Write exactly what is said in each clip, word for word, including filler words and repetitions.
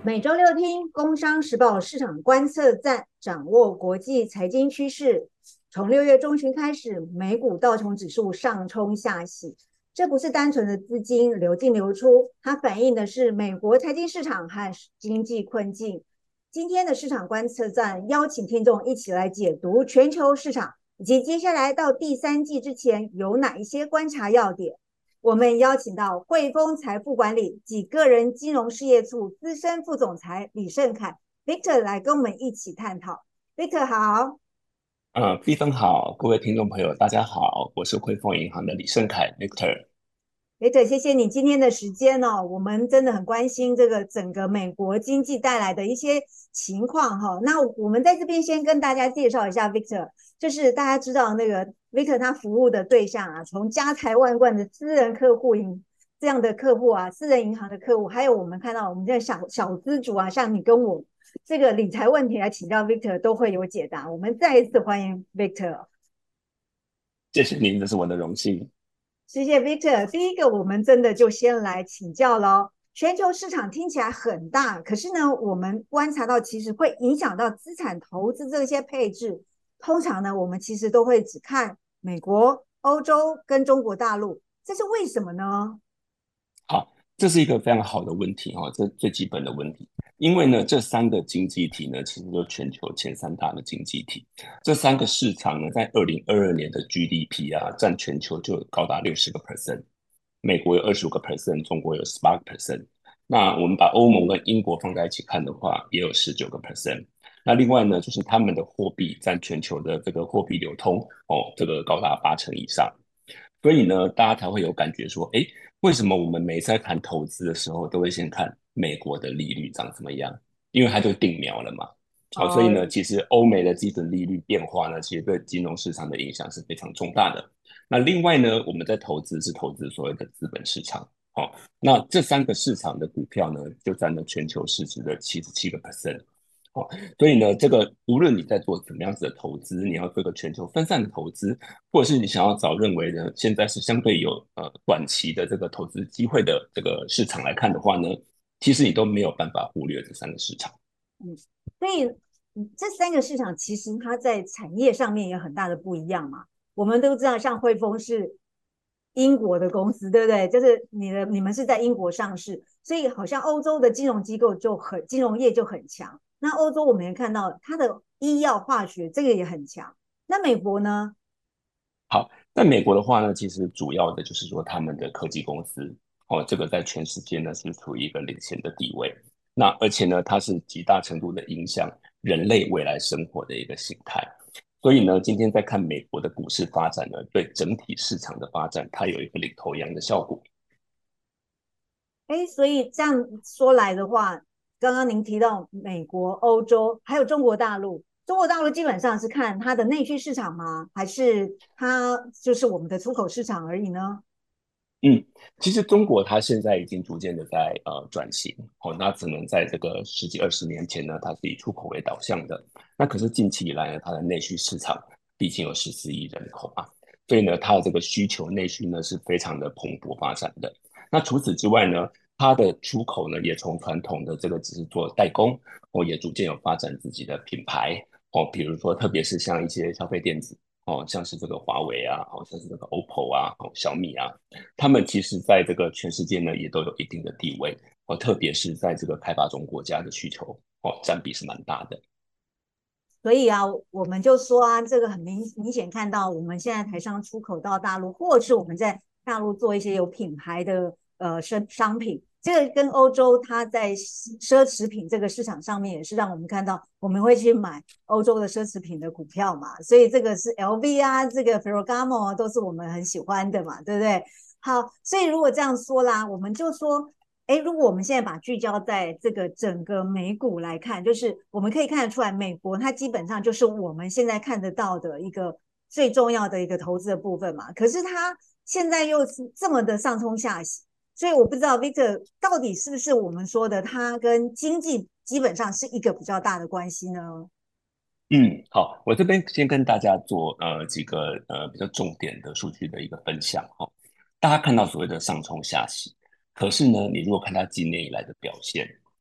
每周六听《工商时报》市场观测站，掌握国际财经趋势。从六月中旬开始，美股道琼指数上冲下洗，这不是单纯的资金流进流出，它反映的是美国财经市场和经济困境。今天的市场观测站邀请听众一起来解读全球市场，以及接下来到第三季之前有哪一些观察要点。我们邀请到汇丰财富管理及个人金融事业处资深副总裁李胜凯 Victor 来跟我们一起探讨。Victor 好。 呃，毕芬好，各位听众朋友，大家好，我是汇丰银行的李胜凯 Victor。 Victor，谢谢你今天的时间哦。我们真的很关心这个整个美国经济带来的一些情况哈。那我们在这边先跟大家介绍一下 Victor，就是大家知道那个 Victor 他服务的对象啊，从家财万贯的私人客户银这样的客户啊，私人银行的客户，还有我们看到我们这小小资主啊，像你跟我这个理财问题来请教 Victor 都会有解答。我们再一次欢迎 Victor。 谢谢您，这是我的荣幸。 谢谢 Victor。第一个，我们真的就先来请教喽。全球市场听起来很大，可是呢，我们观察到其实会影响到资产投资这些配置。通常呢，我们其实都会只看美国、欧洲跟中国大陆，这是为什么呢？ 好，这是一个非常好的问题哈，这最基本的问题。因为呢，这三个经济体呢，其实就全球前三大的经济体。这三个市场呢，在二零二二年的 G D P 啊，占全球就有高达六十个 percent，美国有二十五个 percent，中国有十八个 percent。那我们把欧盟跟英国放在一起看的话，也有十九个 percent。那另外呢，就是他们的货币占全球的这个货币流通哦，这个高达八成以上。所以呢，大家才会有感觉说，哎，为什么我们每次在谈投资的时候，都会先看美国的利率长怎么样？因为它就定苗了嘛。哦，所以哦， 呢，其实欧美的基准利率变化呢，其实对金融市场的影响是非常重大的。那另外呢，我们在投资是投资所谓的资本市场。哦，那这三个市场的股票呢，就占了全球市值的七十七个 percent。哦，所以呢，这个无论你在做怎么样子的投资，你要做一个全球分散的投资，或者是你想要找认为呢，现在是相对有呃短期的这个投资机会的这个市场来看的话呢，其实你都没有办法忽略这三个市场。 嗯，所以这三个市场其实它在产业上面有很大的不一样嘛。我们都知道，像汇丰是英国的公司，对不对？就是你的你们是在英国上市，所以好像欧洲的金融机构就很金融业就很强。那欧洲我们也看到它的医药化学这个也很强。那美国呢？ 好，在美国的话呢，其实主要的就是说他们的科技公司哦，这个在全世界呢是处于一个领先的地位。那而且呢，它是极大程度的影响人类未来生活的一个形态。所以呢，今天在看美国的股市发展呢，对整体市场的发展，它有一个领头羊的效果。 哎，所以这样说来的话，刚刚您提到美国、欧洲还有中国大陆，中国大陆基本上是看它的内需市场吗？还是它就是我们的出口市场而已呢？ 嗯，其实中国它现在已经逐渐的在呃转型，哦，那可能在这个十几二十年前呢，它是以出口为导向的，那可是近期以来呢，它的内需市场毕竟有十四亿人口嘛，所以呢，它的这个需求内需呢是非常的蓬勃发展的。那除此之外呢，它的出口呢也从传统的这个只是做代工，哦，也逐渐有发展自己的品牌，哦，比如说特别是像一些消费电子，哦，像是这个华为啊，哦，像是这个 O P P O 啊，哦，小米啊。他们其实在这个全世界呢，也都有一定的地位哦，特别是在这个开发中国家的需求哦，占比是蛮大的。 所以啊，我们就说啊，这个很明明显看到，我们现在台商出口到大陆，或是我们在大陆做一些有品牌的呃商商品，这个跟欧洲它在奢侈品这个市场上面也是让我们看到，我们会去买欧洲的奢侈品的股票嘛，所以这个是 L V 啊，这个 Ferragamo 啊，都是我们很喜欢的嘛，对不对？好，所以如果这样说啦，我们就说哎，如果我们现在把聚焦在这个整个美股来看，就是我们可以看得出来，美国它基本上就是我们现在看得到的一个最重要的一个投资的部分嘛。可是它现在又是这么的上冲下洗，所以我不知道 Victor 到底是不是我们说的，它跟经济基本上是一个比较大的关系呢？ 嗯，好，我这边先跟大家做呃几个呃比较重点的数据的一个分享哈、哦。大家看到所谓的上冲下洗，可是呢，你如果看它今年以来的表现，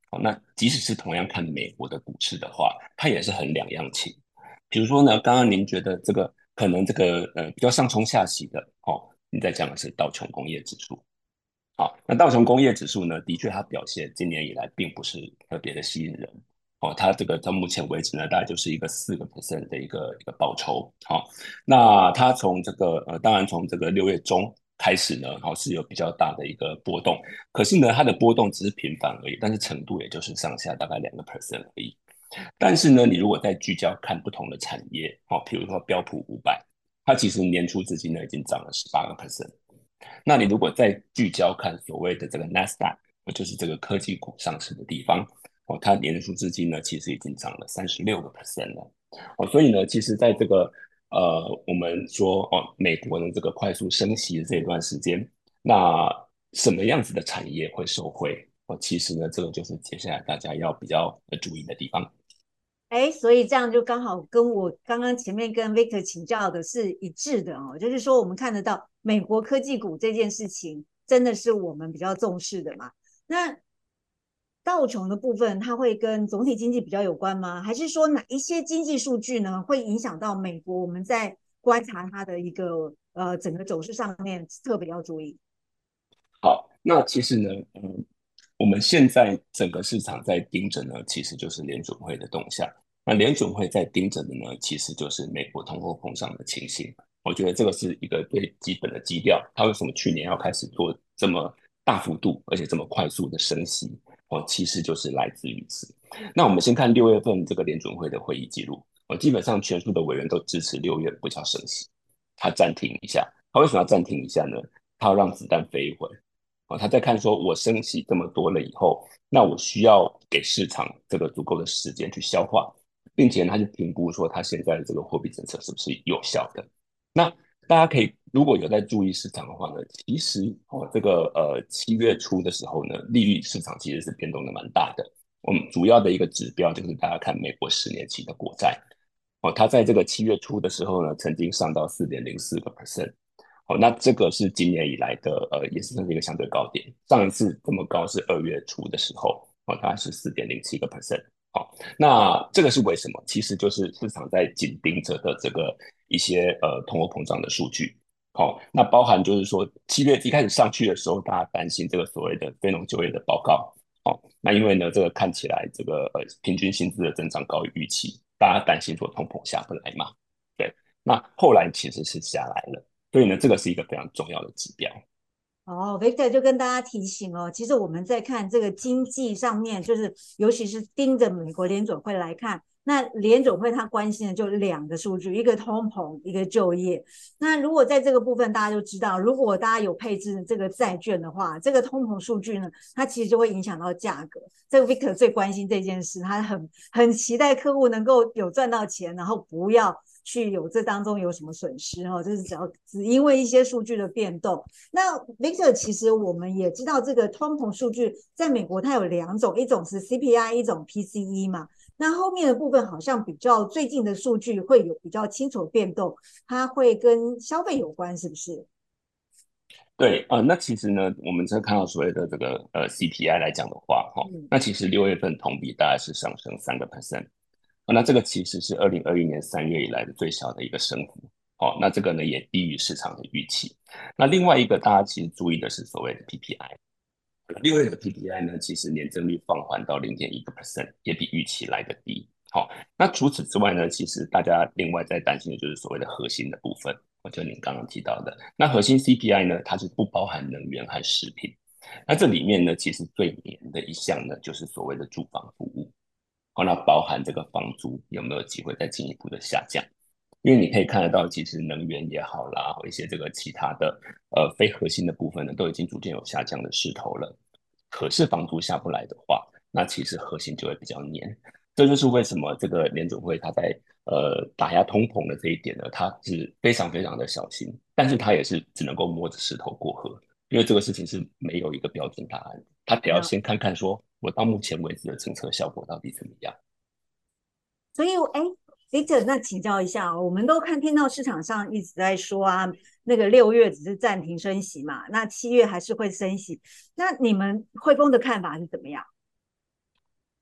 好，那即使是同样看美国的股市的话，它也是很两样情。比如说呢，刚刚您觉得这个可能这个呃比较上冲下洗的，哦，你在讲的是道琼工业指数。好，那道琼工业指数呢，的确它表现今年以来并不是特别的吸引人。哦，它这个到目前为止呢，大概就是一个四个 percent 的一个一个报酬。好，那它从这个呃，当然从这个六月中开始呢，好是有比较大的一个波动，可是呢，它的波动只是频繁而已，但是程度也就是上下大概两个 percent 而已。但是呢，你如果再聚焦看不同的产业，好，比如说标普五百，它其实年初至今呢已经涨了十八个 percent。那你如果再聚焦看所谓的这个 NASDAQ，就是这个科技股上市的地方，哦，它年初至今呢其实已经涨了三十六个 percent 了。哦，所以呢，其实在这个呃，我们说哦，美国的这个快速升息的这段时间，那什么样子的产业会受惠？哦，其实呢，这个就是接下来大家要比较呃注意的地方。 哎，所以这样就刚好跟我刚刚前面跟 Victor 请教的是一致的哦，就是说我们看得到美国科技股这件事情真的是我们比较重视的嘛？那道琼的部分，它会跟总体经济比较有关吗？还是说哪一些经济数据呢，会影响到美国？我们在观察它的一个呃整个走势上面特别要注意。 好，那其实呢，嗯，我们现在整个市场在盯着呢，其实就是联准会的动向。那联准会在盯着的呢，其实就是美国通货膨胀的情形。我觉得这个是一个最基本的基调。它为什么去年要开始做这么大幅度，而且这么快速的升息？哦，其实就是来自于此。那我们先看六月份这个联准会的会议记录。哦，基本上全数的委员都支持六月不叫升息，他暂停一下。他为什么要暂停一下呢？他要让子弹飞一会。哦，他在看说，我升息这么多了以后，那我需要给市场这个足够的时间去消化，并且他去评估说，他现在的这个货币政策是不是有效的。那大家可以如果有在注意市场的话呢，其实哦，这个呃七月初的时候呢，利率市场其实是变动的蛮大的。我们主要的一个指标就是大家看美国十年期的国债，哦，它在这个七月初的时候呢，曾经上到四点零四个 percent。好，那这个是今年以来的呃，也是算是一个相对高点。上一次这么高是二月初的时候，哦，大概是四点零七个 percent。好，那这个是为什么？其实就是市场在紧盯着的这个一些呃通货膨胀的数据。好，那包含就是说七月一开始上去的时候，大家担心这个所谓的非农就业的报告。好，那因为呢，这个看起来这个呃平均薪资的增长高于预期，大家担心说通膨下不来嘛。对，那后来其实是下来了。所以呢，这个是一个非常重要的指标。 哦，Victor 就跟大家提醒哦，其实我们在看这个经济上面，就是尤其是盯着美国联准会来看，那联准会它关心的就两个数据，一个通膨，一个就业。那如果在这个部分，大家就知道，如果大家有配置这个债券的话，这个通膨数据呢，它其实就会影响到价格。这个 Victor 最关心这件事，他很很期待客户能够有赚到钱，然后不要去有这当中有什么损失哦，就是只要只因为一些数据的变动。那 Victor，其实我们也知道，这个通膨数据在美国它有两种，一种是 C P I，一种 P C E 嘛。那后面的部分好像比较最近的数据会有比较清楚的变动，它会跟消费有关，是不是？ 对，呃，那其实呢，我们在看到所谓的这个呃 C P I 来讲的话，哈、哦， 嗯。 那其实六月份同比大概是上升三个 percent，哦，那这个其实是二零二一年三月以来的最小的一个升幅，哦，那这个呢也低于市场的预期。那另外一个大家其实注意的是所谓的 P P I，六月的 P P I 呢，其实年增率放缓到零点一个 percent，也比预期来的低。好，那除此之外呢，其实大家另外在担心的就是所谓的核心的部分，就您刚刚提到的，那核心 C P I 呢，它是不包含能源和食品。那这里面呢，其实最黏的一项呢，就是所谓的住房服务。好，那包含这个房租有没有机会再进一步的下降？因为你可以看得到，其实能源也好啦，或一些这个其他的呃非核心的部分呢，都已经逐渐有下降的势头了。可是房租下不来的话，那其实核心就会比较黏。这就是为什么这个联准会它在呃打压通膨的这一点呢，它是非常非常的小心，但是它也是只能够摸着石头过河，因为这个事情是没有一个标准答案，他得要那先看看说我到目前为止的政策效果到底怎么样。 所以，哎，Victor，那请教一下哦，我们都看听到市场上一直在说啊，那个六月只是暂停升息嘛，那七月还是会升息。那你们汇丰的看法是怎么样？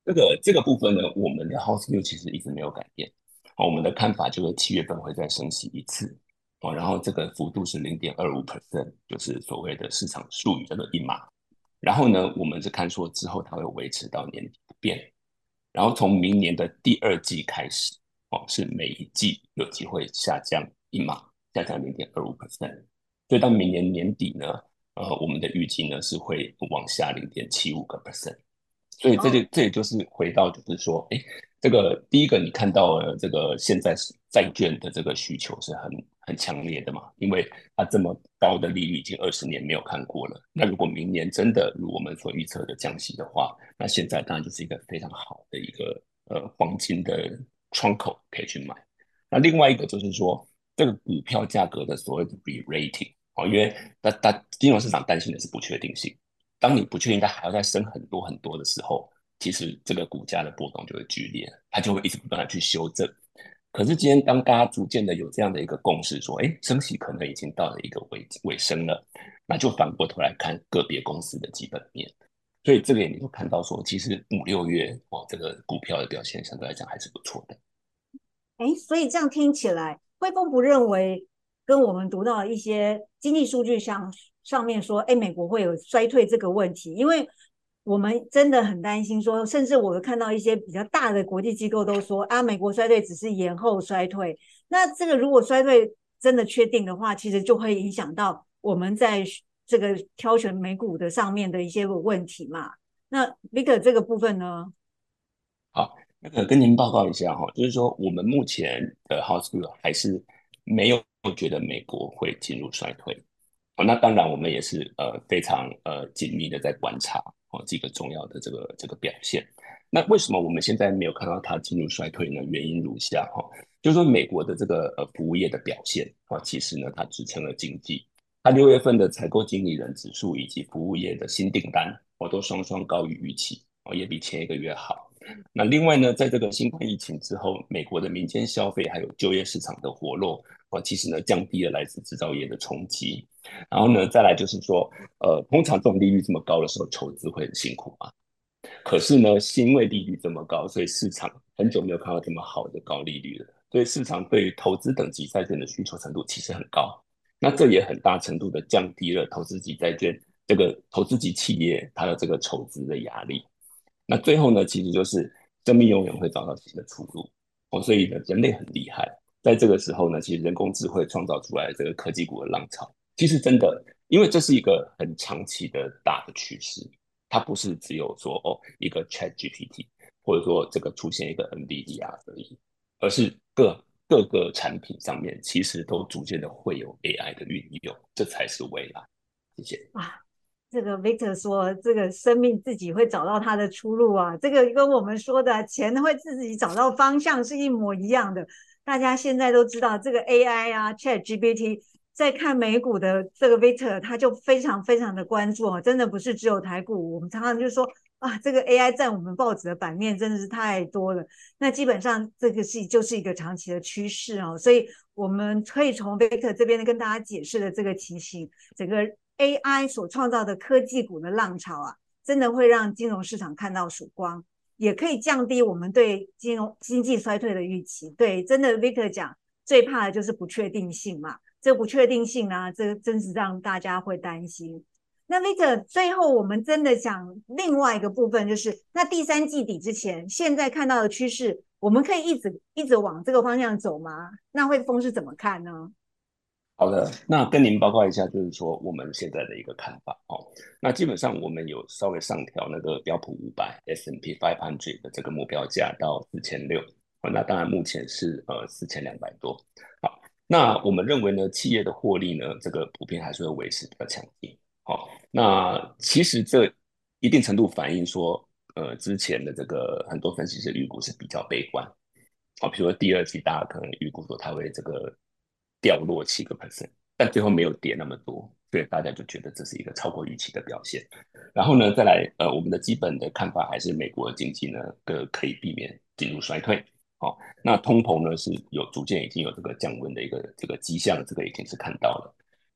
这个这个部分呢，我们的 House View 其实一直没有改变。哦，我们的看法就是七月份会再升息一次。哦，然后这个幅度是 零点二五 percent，就是所谓的市场术语叫做一码。然后呢，我们是看说之后它会维持到年底不变。然后从明年的第二季开始，哦，是每一季有机会下降一码，下降 零点二五 percent。所以到明年年底呢，呃，我们的预计呢是会往下 零点七五个 percent。所以这就哦， 这也就是回到就是说，哎，这个第一个你看到了这个现在是债券的这个需求是很很强烈的嘛，因为它这么高的利率已经二十年没有看过了。那如果明年真的如我们所预测的降息的话，那现在当然就是一个非常好的一个呃黄金的窗口可以去买。那另外一个就是说，这个股票价格的所谓的 re-rating 哦，因为大大金融市场担心的是不确定性。当你不确定它还要再升很多很多的时候，其实这个股价的波动就会剧烈，它就会一直不断的去修正。可是今天当大家逐渐的有这样的一个共识，说，哎，升息可能已经到了一个尾尾声了，那就反过头来看个别公司的基本面。所以这个也你就看到说，其实五六月哦，这个股票的表现相对来讲还是不错的。 哎，所以这样听起来，汇丰不认为跟我们读到的一些经济数据上上面说，哎，美国会有衰退这个问题，因为我们真的很担心说，甚至我有看到一些比较大的国际机构都说啊，美国衰退只是延后衰退。那这个如果衰退真的确定的话，其实就会影响到我们在这个挑选美股的上面的一些问题嘛。那 Victor 这个部分呢？ 好，那个跟您报告一下哈，就是说我们目前的 House View 还是没有觉得美国会进入衰退。哦，那当然我们也是呃非常呃紧密的在观察哦几个重要的这个这个表现。那为什么我们现在没有看到它进入衰退呢？原因如下哈，就是说美国的这个呃服务业的表现啊，其实呢它支撑了经济。它六月份的采购经理人指数以及服务业的新订单，哦都双双高于预期，哦也比前一个月好。那另外呢，在这个新冠疫情之后，美国的民间消费还有就业市场的活络，啊，其实呢降低了来自制造业的冲击。然后呢，再来就是说，呃，通常这种利率这么高的时候，筹资会很辛苦嘛。可是呢，是因为利率这么高，所以市场很久没有看到这么好的高利率了，所以市场对于投资等级债券的需求程度其实很高。那这也很大程度的降低了投资级债券这个投资级企业它的这个筹资的压力。那最后呢，其实就是生命永远会找到新的出路哦。所以呢，人类很厉害，在这个时候呢，其实人工智慧创造出来的这个科技股的浪潮，其实真的，因为这是一个很长期的大的趋势，它不是只有说哦一个 Chat G P T，或者说这个出现一个 N V D A 而已，而是各各个产品上面其实都逐渐的会有 A I 的运用，这才是未来。谢谢。 啊，这个 Victor 说，这个生命自己会找到它的出路啊，这个跟我们说的钱会自己找到方向是一模一样的。大家现在都知道，这个 A I 啊，Chat G P T，在看美股的这个 Victor，他就非常非常的关注哦，真的不是只有台股。我们常常就说啊，这个 A I 占我们报纸的版面真的是太多了。那基本上这个是就是一个长期的趋势哦，所以我们可以从 Victor 这边跟大家解释的这个情形，整个 A I 所创造的科技股的浪潮啊，真的会让金融市场看到曙光，也可以降低我们对金融经济衰退的预期。对，真的 Victor 讲，最怕的就是不确定性嘛。这个不确定性呢，这个真是让大家会担心。那 Victor，最后我们真的想另外一个部分，就是那第三季底之前，现在看到的趋势，我们可以一直一直往这个方向走吗？那汇丰是怎么看呢？ 好的，那跟您报告一下，就是说我们现在的一个看法哦。那基本上我们有稍微上调那个标普五百 S and P five hundred 的这个目标价到四千六，哦，那当然目前是呃四千两百多。好，那我们认为呢，企业的获利呢，这个普遍还是会维持比较强劲。好，那其实这一定程度反映说，呃，之前的这个很多分析师预估是比较悲观。啊，比如说第二季大家可能预估说它会这个掉落七个 percent，但最后没有跌那么多，所以大家就觉得这是一个超过预期的表现。然后呢，再来呃，我们的基本的看法还是美国的经济呢，个可以避免进入衰退。好、哦，那通膨呢是有逐渐已经有这个降温的一个这个迹象，这个已经是看到了。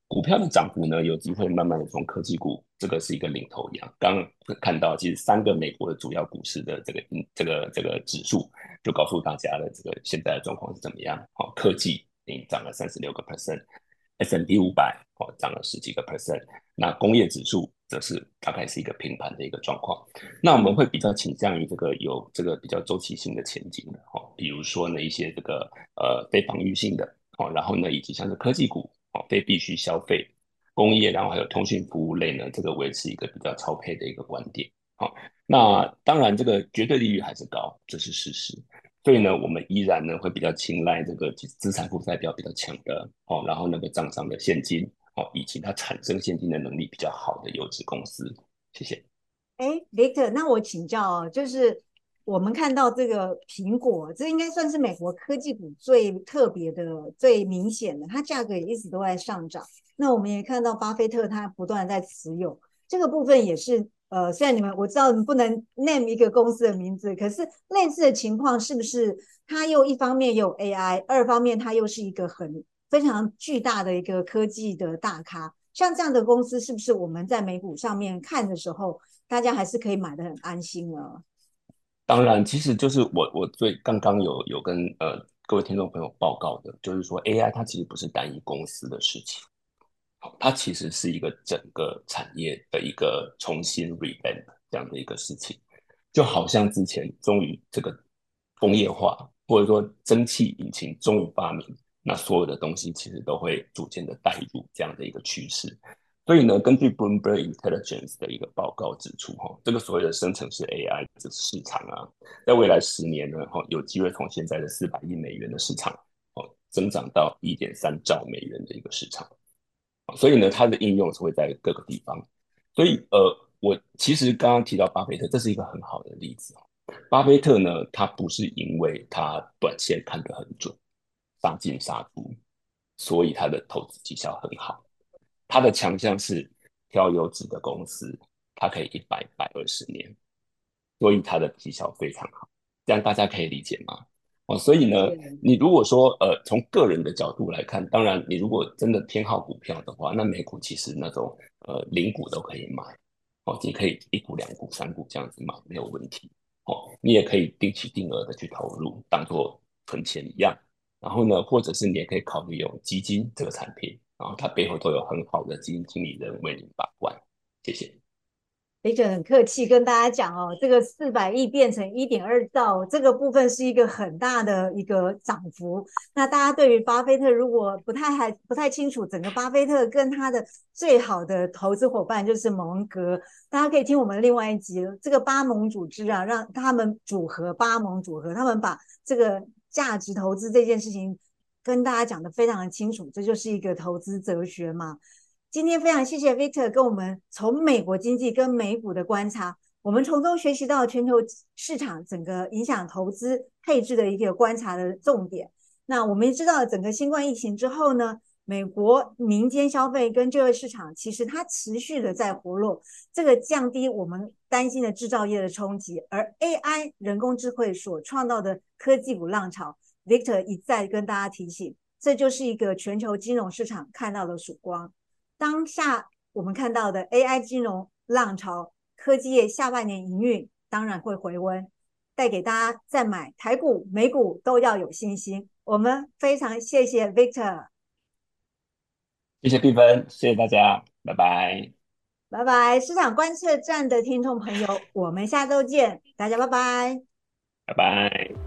股票的涨幅呢，有机会慢慢的从科技股，这个是一个领头羊。刚刚看到，其实三个美国的主要股市的这个这个这个指数，就告诉大家了这个现在的状况是怎么样。好，科技已经涨了三十六个 percent，S and P 五百哦涨了十几个 percent，那工业指数则是大概是一个平盘的一个状况。那我们会比较倾向于这个有这个比较周期性的前景的，哦，比如说呢一些这个呃非防御性的，哦，然后呢以及像是科技股。哦，非必需消费、工业，然后还有通讯服务类呢，这个维持一个比较超配的一个观点。好、哦，那当然这个绝对利率还是高，这是事实。所以呢，我们依然呢会比较青睐这个资产负债表比较强的，哦，然后那个账上的现金，哦，以及它产生现金的能力比较好的优质公司。谢谢。 哎，Victor，那我请教哦，就是我们看到这个苹果，这应该算是美国科技股最特别的、最明显的，它价格也一直都在上涨。那我们也看到巴菲特他不断在持有这个部分，也是呃，虽然你们我知道你不能 name 一个公司的名字，可是类似的情况是不是它又一方面有 A I，二方面它又是一个很非常巨大的一个科技的大咖？像这样的公司，是不是我们在美股上面看的时候？大家还是可以买的很安心了。 当然，其实就是我我最刚刚有有跟呃各位听众朋友报告的，就是说 A I 它其实不是单一公司的事情。它其实是一个整个产业的一个重新 revamp 这样的一个事情，就好像之前终于这个工业化或者说蒸汽引擎终于发明，那所有的东西其实都会逐渐的带入这样的一个趋势。所以呢，根据 Bloomberg Intelligence 的一个报告指出，哈，这个所谓的生成式 A I 的市场啊，在未来十年呢，哈，有机会从现在的四百亿美元的市场，哦，增长到一点三兆美元的一个市场。所以呢，它的应用是会在各个地方。所以呃，我其实刚刚提到巴菲特，这是一个很好的例子。巴菲特呢，他不是因为他短线看得很准，杀进杀出，所以他的投资绩效很好。他的强项是挑优质的公司，他可以一百、百二十年，所以他的绩效非常好。这样大家可以理解吗？哦，所以呢，你如果说呃从个人的角度来看，当然你如果真的偏好股票的话，那美股其实那种呃零股都可以买，哦，你可以一股、两股、三股这样子买没有问题，哦，你也可以定期定额的去投入，当做存钱一样。然后呢，或者是你也可以考虑用基金这个产品，然后它背后都有很好的基金经理人为你把关。谢谢。 雷者很客气跟大家讲哦，这个四百亿变成一点二兆，这个部分是一个很大的一个涨幅。那大家对于巴菲特如果不太还不太清楚，整个巴菲特跟他的最好的投资伙伴就是蒙格，大家可以听我们另外一集，这个巴蒙组织啊，让他们组合巴蒙组合，他们把这个价值投资这件事情跟大家讲的非常的清楚，这就是一个投资哲学嘛。今天非常谢谢 Victor 跟我们从美国经济跟美股的观察，我们从中学习到全球市场整个影响投资配置的一个观察的重点。那我们也知道，整个新冠疫情之后呢，美国民间消费跟就业市场其实它持续的在活络，这个降低我们担心的制造业的冲击，而 A I 人工智慧所创造的科技股浪潮，Victor 一再跟大家提醒，这就是一个全球金融市场看到的曙光。当下我们看到的 A I 金融浪潮，科技业下半年营运当然会回温，带给大家再买台股、美股都要有信心。我们非常谢谢 Victor， 谢谢碧芬，谢谢大家，拜拜， 拜拜，市场观测站的听众朋友，我们下周见，大家拜拜。 拜拜。